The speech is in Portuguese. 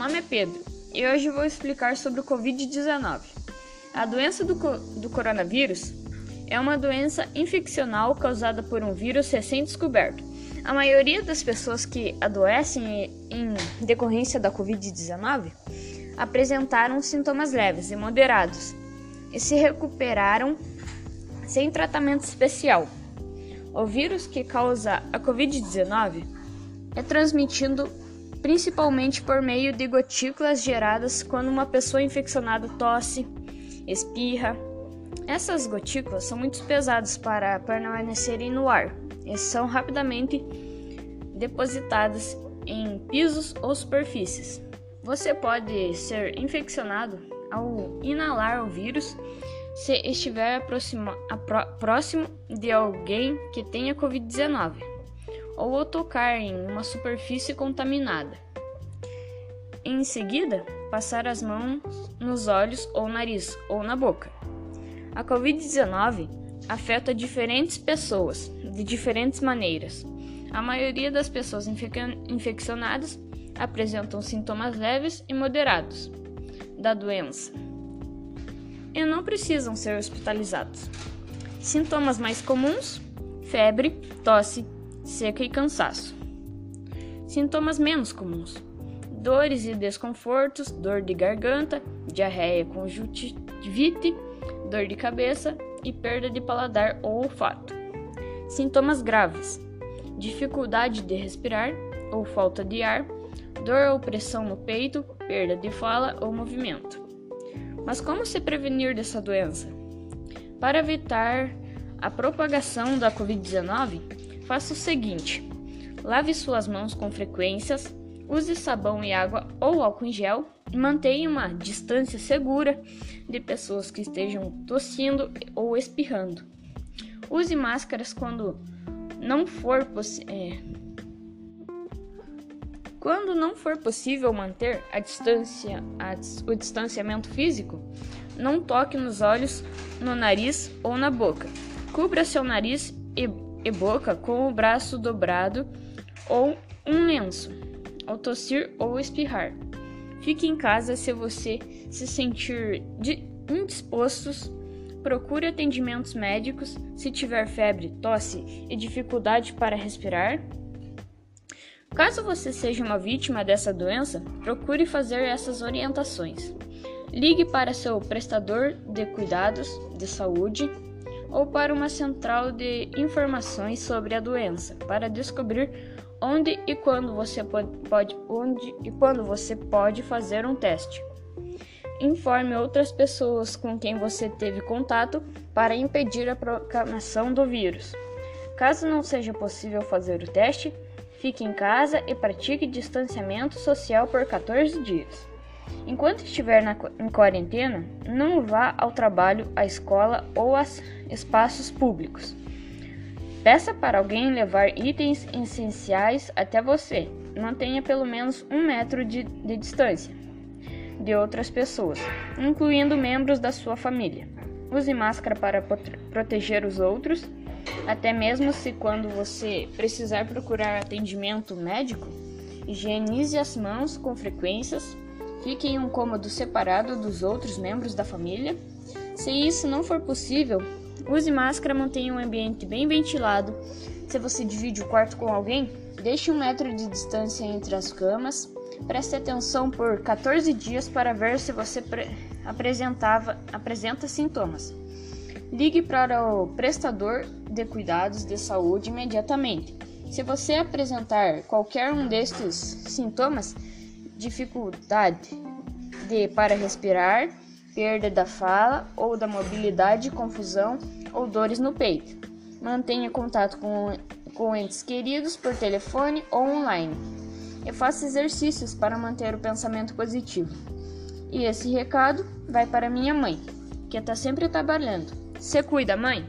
nome é Pedro e hoje vou explicar sobre o Covid-19. A doença do coronavírus é uma doença infeccional causada por um vírus recém-descoberto. A maioria das pessoas que adoecem em decorrência da Covid-19 apresentaram sintomas leves e moderados e se recuperaram sem tratamento especial. O vírus que causa a Covid-19 é transmitido principalmente por meio de gotículas geradas quando uma pessoa infeccionada tosse, espirra. Essas gotículas são muito pesadas para permanecerem no ar e são rapidamente depositadas em pisos ou superfícies. Você pode ser infeccionado ao inalar o vírus se estiver próximo de alguém que tenha Covid-19 ou ao tocar em uma superfície contaminada. Em seguida, passar as mãos nos olhos ou nariz ou na boca. A Covid-19 afeta diferentes pessoas de diferentes maneiras. A maioria das pessoas infeccionadas apresentam sintomas leves e moderados da doença e não precisam ser hospitalizados. Sintomas mais comuns: febre, tosse, seca e cansaço. Sintomas menos comuns: dores e desconfortos, dor de garganta, diarreia, conjuntivite, dor de cabeça e perda de paladar ou olfato. Sintomas graves: dificuldade de respirar ou falta de ar, dor ou pressão no peito, perda de fala ou movimento. Mas como se prevenir dessa doença? Para evitar a propagação da Covid-19, faça o seguinte: lave suas mãos com frequências, use sabão e água ou álcool em gel e mantenha uma distância segura de pessoas que estejam tossindo ou espirrando. Use máscaras quando não for possível manter o distanciamento físico. Não toque nos olhos, no nariz ou na boca. Cubra seu nariz e boca com o braço dobrado ou um lenço ao tossir ou espirrar. Fique em casa se você se sentir indisposto. Procure atendimentos médicos se tiver febre, tosse e dificuldade para respirar. Caso você seja uma vítima dessa doença, procure fazer essas orientações. Ligue para seu prestador de cuidados de saúde ou para uma central de informações sobre a doença para descobrir onde e quando você pode fazer um teste. Informe outras pessoas com quem você teve contato para impedir a propagação do vírus. Caso não seja possível fazer o teste, fique em casa e pratique distanciamento social por 14 dias. Enquanto estiver em quarentena, não vá ao trabalho, à escola ou a espaços públicos. Peça para alguém levar itens essenciais até você. Mantenha pelo menos 1 metro de distância de outras pessoas, incluindo membros da sua família. Use máscara para proteger os outros, até mesmo se quando você precisar procurar atendimento médico. Higienize as mãos com frequências. Fique em um cômodo separado dos outros membros da família. Se isso não for possível, use máscara, mantenha um ambiente bem ventilado. Se você divide o quarto com alguém, deixe 1 metro de distância entre as camas. Preste atenção por 14 dias para ver se você apresenta sintomas. Ligue para o prestador de cuidados de saúde imediatamente. Se você apresentar qualquer um destes sintomas: dificuldade para respirar, perda da fala ou da mobilidade, confusão ou dores no peito, mantenha contato com entes queridos por telefone ou online e faça exercícios para manter o pensamento positivo. E esse recado vai para minha mãe, que está sempre trabalhando. Se cuida, mãe!